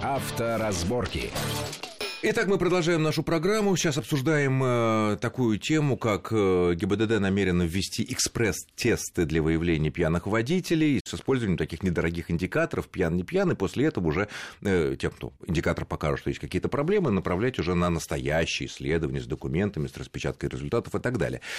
Авторазборки. Итак, мы продолжаем нашу программу. Сейчас обсуждаем такую тему, как ГИБДД намерено ввести экспресс-тесты для выявления пьяных водителей с использованием таких недорогих индикаторов, пьян-не пьяный. После этого уже тем, кто индикатор покажет, что есть какие-то проблемы, направлять уже на настоящие исследования с документами, с распечаткой результатов и так далее.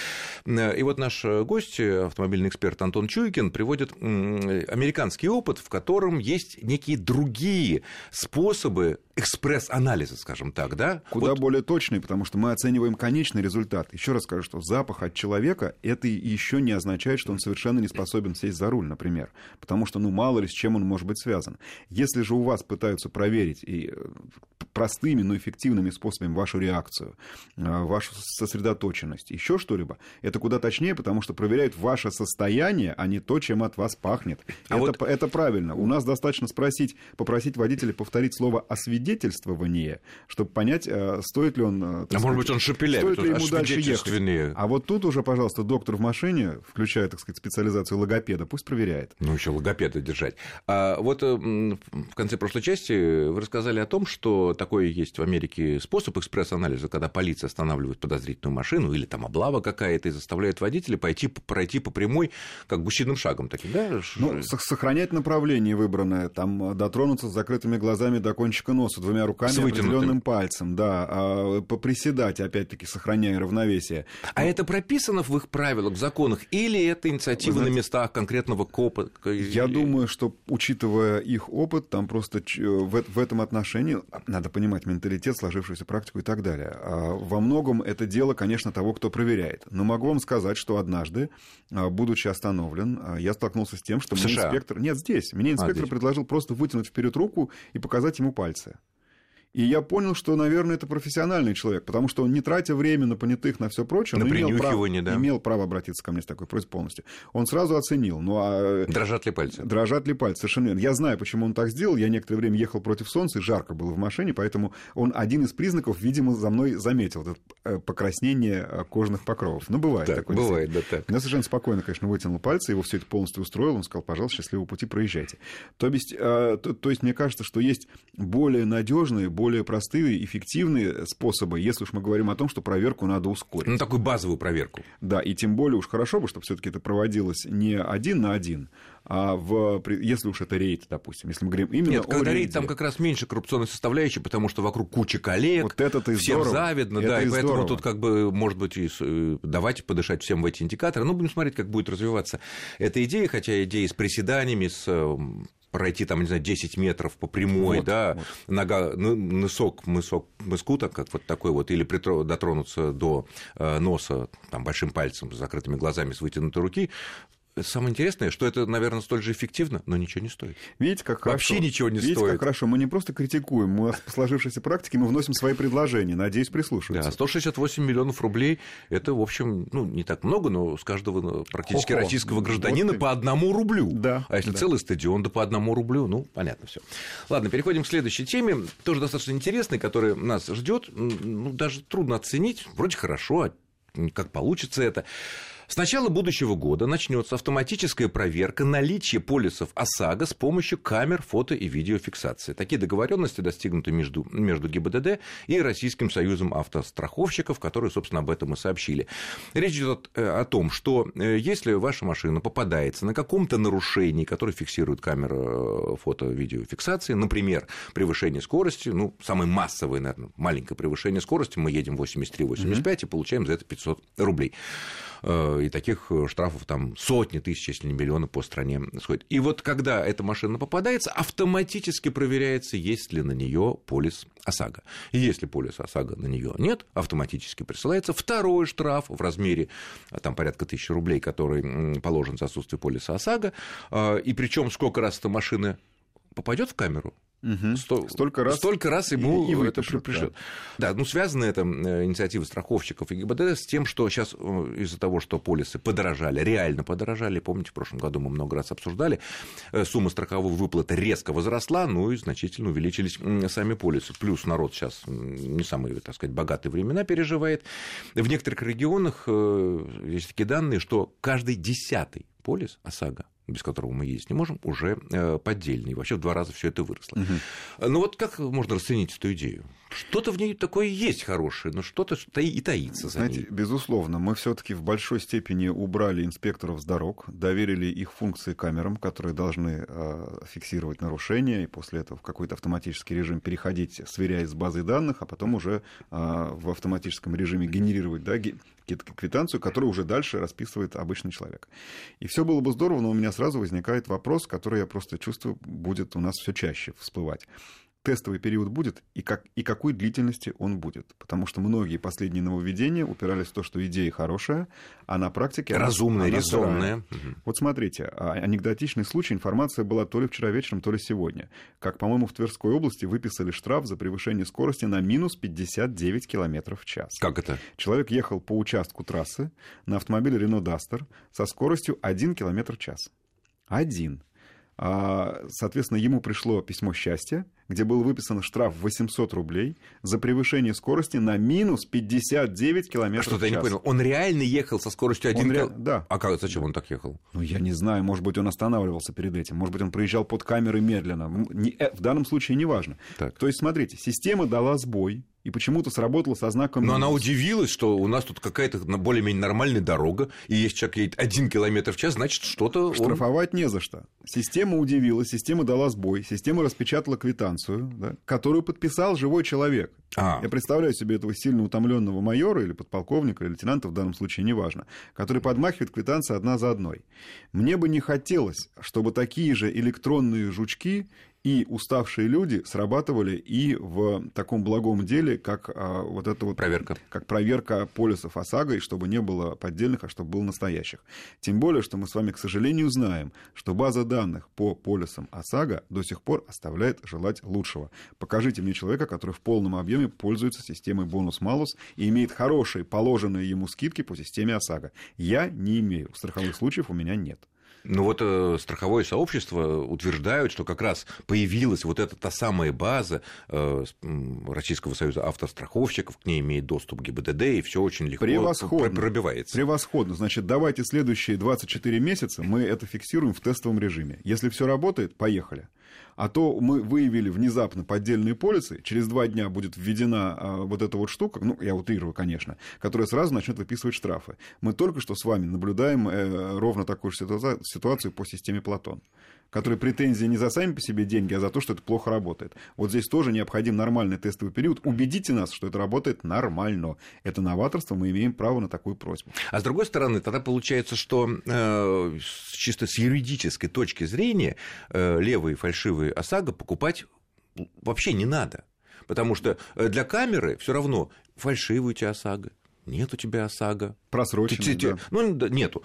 И вот наш гость, автомобильный эксперт Антон Чуйкин, приводит американский опыт, в котором есть некие другие способы экспресс-анализа, скажем так, да? Куда более точный, потому что мы оцениваем конечный результат. Еще раз скажу, что запах от человека, это еще не означает, что он совершенно не способен сесть за руль, например. Потому что, мало ли с чем он может быть связан. Если же у вас пытаются проверить и простыми, но эффективными способами вашу реакцию, вашу сосредоточенность, еще что-либо, это куда точнее, потому что проверяют ваше состояние, а не то, чем от вас пахнет. Это правильно. У нас достаточно попросить водителя повторить слово «освидетельствование», чтобы понять, стоит ли он... может быть, он шепелявит, стоит ли ему дальше ехать. А вот тут уже, пожалуйста, доктор в машине, включая, так сказать, специализацию логопеда, пусть проверяет. Еще логопеда держать. Вот в конце прошлой части вы рассказали о том, что такой есть в Америке способ экспресс-анализа, когда полиция останавливает подозрительную машину или там облава какая-то и заставляет водителя пройти по прямой, как гусиным шагом таким, да? Сохранять направление выбранное, там дотронуться с закрытыми глазами до кончика носа двумя руками, определенным пальцем, да, поприседать, опять-таки, сохраняя равновесие. А это прописано в их правилах, в законах, или это инициатива на местах конкретного КОПа? Я думаю, что, учитывая их опыт, там просто в этом отношении надо понимать менталитет, сложившуюся практику и так далее. Во многом это дело, конечно, того, кто проверяет. Но могу вам сказать, что однажды, будучи остановлен, я столкнулся с тем, что мне инспектор... Нет, здесь. Мне инспектор предложил просто вытянуть вперед руку и показать ему пальцы. И я понял, что, наверное, это профессиональный человек, потому что он, не тратя время на понятых, на все прочее, имел право обратиться ко мне с такой просьбой полностью. Он сразу оценил. Дрожат ли пальцы? Дрожат ли пальцы, совершенно верно. Я знаю, почему он так сделал. Я некоторое время ехал против солнца, и жарко было в машине, поэтому он один из признаков, видимо, за мной заметил. Это покраснение кожных покровов. Бывает так, такое. Бывает, да, так. Я совершенно спокойно, конечно, вытянул пальцы, его все это полностью устроил. Он сказал: пожалуйста, счастливого пути, проезжайте. То есть, мне кажется, что есть более надежные, более простые, эффективные способы, если уж мы говорим о том, что проверку надо ускорить. Такую базовую проверку. Да, и тем более уж хорошо бы, чтобы все-таки это проводилось не 1 на 1, а если уж это рейд, допустим, если мы говорим именно Нет, о когда рейде. Рейд, там как раз меньше коррупционной составляющей, потому что вокруг куча коллег, вот это-то всем здорово. завидно, да, и поэтому тут может быть, давайте подышать всем в эти индикаторы. Будем смотреть, как будет развиваться эта идея, хотя идея с приседаниями, пройти, 10 метров по прямой, нога, мыску, так как вот такой вот, или дотронуться до носа большим пальцем с закрытыми глазами, с вытянутой руки. Самое интересное, что это, наверное, столь же эффективно, но ничего не стоит. Видите, как вообще хорошо. Ничего не Видите, стоит. Как хорошо. Мы не просто критикуем, мы по сложившейся практике мы вносим свои предложения. Надеюсь, прислушаются. Да, 168 миллионов рублей – это, в общем, не так много, но с каждого практически российского гражданина по 1 рублю. Да, а если целый стадион, то по 1 рублю, понятно все. Ладно, переходим к следующей теме, тоже достаточно интересной, которая нас ждет. Даже трудно оценить, вроде хорошо, как получится это. С начала будущего года начнется автоматическая проверка наличия полисов ОСАГО с помощью камер фото- и видеофиксации. Такие договоренности достигнуты между ГИБДД и Российским союзом автостраховщиков, которые, собственно, об этом и сообщили. Речь идет о том, что если ваша машина попадается на каком-то нарушении, которое фиксирует камера фото- и видеофиксации, например, превышение скорости, самое массовое, наверное, маленькое превышение скорости, мы едем 83-85 и получаем за это 500 рублей. И таких штрафов сотни тысяч, если не миллионы по стране сходят. И вот когда эта машина попадается, автоматически проверяется, есть ли на нее полис ОСАГО. И если полиса ОСАГО на нее нет, автоматически присылается второй штраф в размере порядка 1000 рублей, который положен за отсутствие полиса ОСАГО. И причем сколько раз эта машина попадет в камеру, столько раз ему и это пришлет. Да, связана эта инициатива страховщиков и ГИБДД с тем, что сейчас из-за того, что полисы подорожали, реально подорожали, помните, в прошлом году мы много раз обсуждали, сумма страховой выплаты резко возросла, и значительно увеличились сами полисы. Плюс народ сейчас не самые, богатые времена переживает. В некоторых регионах есть такие данные, что каждый 10-й полис ОСАГО без которого мы ездить не можем, уже поддельный. И вообще в 2 раза все это выросло. Ну вот как можно расценить эту идею? Что-то в ней такое есть хорошее, но что-то и таится за ней. Знаете, безусловно, мы все-таки в большой степени убрали инспекторов с дорог, доверили их функции камерам, которые должны фиксировать нарушения, и после этого в какой-то автоматический режим переходить, сверяясь с базой данных, а потом уже в автоматическом режиме генерировать, да, квитанцию, которую уже дальше расписывает обычный человек. И все было бы здорово, но у меня сразу возникает вопрос, который я просто чувствую, будет у нас все чаще всплывать. Тестовый период будет, и какой длительности он будет. Потому что многие последние нововведения упирались в то, что идея хорошая, а на практике... Разумная, резонная. Вот смотрите, анекдотичный случай, информация была то ли вчера вечером, то ли сегодня. Как, по-моему, в Тверской области выписали штраф за превышение скорости на минус 59 км в час. Как это? Человек ехал по участку трассы на автомобиле Renault Duster со скоростью 1 км в час. 1. Соответственно, ему пришло письмо счастья, где был выписан штраф 800 рублей за превышение скорости на минус 59 км в час. Что-то я не понял. Он реально ехал со скоростью 1 км? Да. А зачем он так ехал? Ну, я не знаю. Может быть, он останавливался перед этим. Может быть, он проезжал под камерой медленно. В данном случае не важно. То есть, смотрите, система дала сбой. И почему-то сработала со знаком... Но она удивилась, что у нас тут какая-то более-менее нормальная дорога, и если человек едет 1 км в час, значит, что-то... Штрафовать не за что. Система удивилась, система дала сбой, система распечатала квитанцию, да, которую подписал живой человек. Я представляю себе этого сильно утомленного майора или подполковника, или лейтенанта, в данном случае неважно, который подмахивает квитанции одна за одной. Мне бы не хотелось, чтобы такие же электронные жучки и уставшие люди срабатывали и в таком благом деле, как вот это вот... Проверка. Как проверка полисов ОСАГО, и чтобы не было поддельных, а чтобы было настоящих. Тем более, что мы с вами, к сожалению, знаем, что база данных по полисам ОСАГО до сих пор оставляет желать лучшего. Покажите мне человека, который в полном объеме пользуется системой бонус-малус и имеет хорошие положенные ему скидки по системе ОСАГО. Я не имею. Страховых случаев у меня нет. Ну вот страховое сообщество утверждают, что как раз появилась вот эта та самая база Российского союза автостраховщиков, к ней имеет доступ ГИБДД, и все очень легко пробивается. Превосходно. Значит, давайте следующие 24 месяца мы это фиксируем в тестовом режиме. Если все работает, поехали. А то мы выявили внезапно поддельные полисы, через 2 дня будет введена вот эта вот штука, ну, я утрирую, конечно, которая сразу начнет выписывать штрафы. Мы только что с вами наблюдаем ровно такую же ситуацию по системе Платон, которой претензии не за сами по себе деньги, а за то, что это плохо работает. Вот здесь тоже необходим нормальный тестовый период. Убедите нас, что это работает нормально. Это новаторство, мы имеем право на такую просьбу. А с другой стороны, тогда получается, что чисто с юридической точки зрения левые фальшивые ОСАГО покупать вообще не надо. Потому что для камеры все равно фальшивый у тебя ОСАГО, нет у тебя ОСАГО. Просроченный, да. Ну, нету.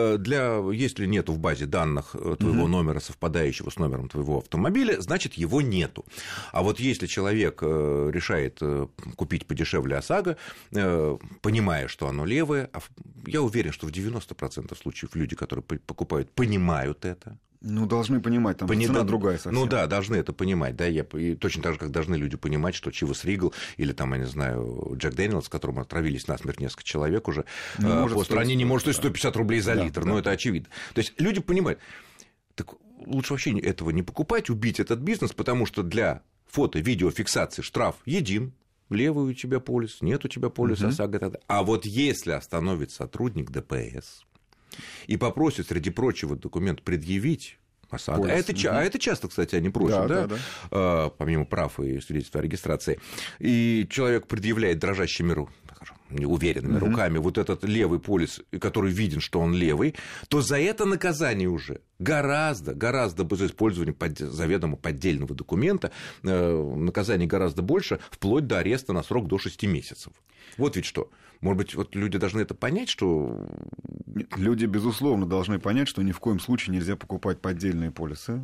Если нету в базе данных твоего номера, совпадающего с номером твоего автомобиля, значит, его нету. А вот если человек решает купить подешевле ОСАГО, понимая, что оно левое, я уверен, что в 90% случаев люди, которые покупают, понимают это. Ну, должны понимать, там цена другая совсем. Ну да, должны это понимать, да, и точно так же, как должны люди понимать, что Чивас Ригл или там, я не знаю, Джек Дэниелс, с которым отравились насмерть несколько человек уже, по стране не может стоить 150 рублей за литр, но это очевидно. То есть люди понимают, так лучше вообще этого не покупать, убить этот бизнес, потому что для фото-видеофиксации штраф един, левый у тебя полис, нет у тебя полиса ОСАГО. А вот если остановит сотрудник ДПС и попросит, среди прочего, документ предъявить ОСАГО. А это часто, кстати, они просят, да? Помимо прав и свидетельства о регистрации. И человек предъявляет дрожащими уверенными руками вот этот левый полис, который виден, что он левый, то за это наказание уже гораздо за использование заведомо поддельного документа наказание гораздо больше, вплоть до ареста на срок до 6 месяцев. Вот ведь что. Может быть, вот люди должны это понять, что... Люди, безусловно, должны понять, что ни в коем случае нельзя покупать поддельные полисы.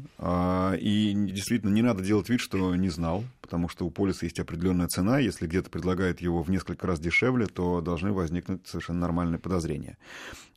И действительно, не надо делать вид, что не знал, потому что у полиса есть определенная цена. Если где-то предлагают его в несколько раз дешевле, то должны возникнуть совершенно нормальные подозрения.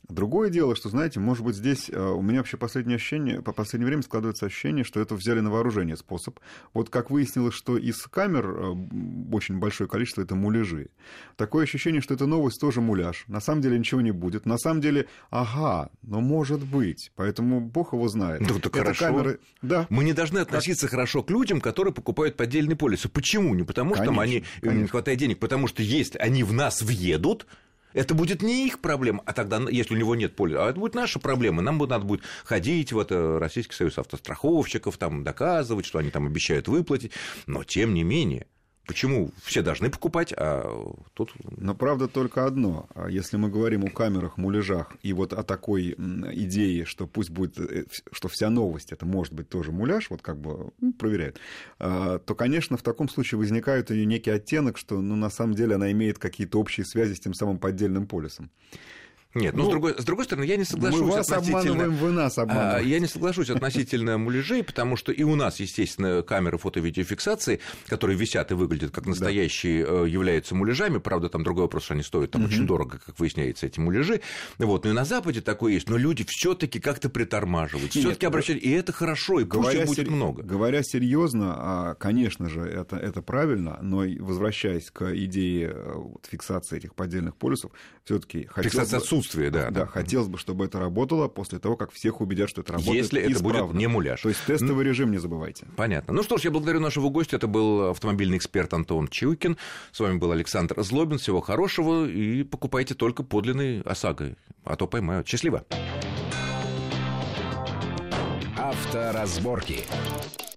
Другое дело, что, знаете, может быть, здесь у меня вообще по последнее время складывается ощущение, что это взяли на вооружение способ. Вот как выяснилось, что из камер очень большое количество — это муляжи. Такое ощущение, что эта новость тоже муляж. На самом деле ничего не будет. На самом деле, но может быть. Поэтому Бог его знает. Ну, так хорошо. Камеры... Да. Мы не должны относиться хорошо к людям, которые покупают поддельные полисы. Почему? Не потому, что им не хватает денег, потому что если они в нас въедут, это будет не их проблема, а тогда, если у него нет полиса, а это будет наша проблема. Нам надо будет ходить в это Российский союз автостраховщиков, там, доказывать, что они там обещают выплатить. Но, тем не менее, почему все должны покупать, а тут... Но правда только одно. Если мы говорим о камерах, муляжах и вот о такой идее, что пусть будет, что вся новость это может быть тоже муляж, вот как бы проверяют, то, конечно, в таком случае возникает у нее некий оттенок, что на самом деле она имеет какие-то общие связи с тем самым поддельным полисом. Нет, с другой стороны, я не соглашусь мы вас обманываем, вы нас обманываете. Я не соглашусь относительно муляжей, потому что и у нас, естественно, камеры фото-видеофиксации, которые висят и выглядят как настоящие, являются муляжами. Правда, там другой вопрос, что они стоят там очень дорого, как выясняется, эти муляжи. Вот. Ну и на Западе такое есть, но люди все-таки как-то притормаживают, все-таки обращают, и это хорошо, и пусть их будет много. Говоря серьезно, конечно же, это правильно, но возвращаясь к идее фиксации этих поддельных полисов, все-таки фиксация отсутствия, да. Да, хотелось бы, чтобы это работало после того, как всех убедят, что это работает если исправно. Это будет не муляж. То есть тестовый режим не забывайте. Понятно. Ну что ж, я благодарю нашего гостя. Это был автомобильный эксперт Антон Чуйкин. С вами был Александр Злобин. Всего хорошего. И покупайте только подлинный ОСАГО, а то поймают. Счастливо. Авторазборки.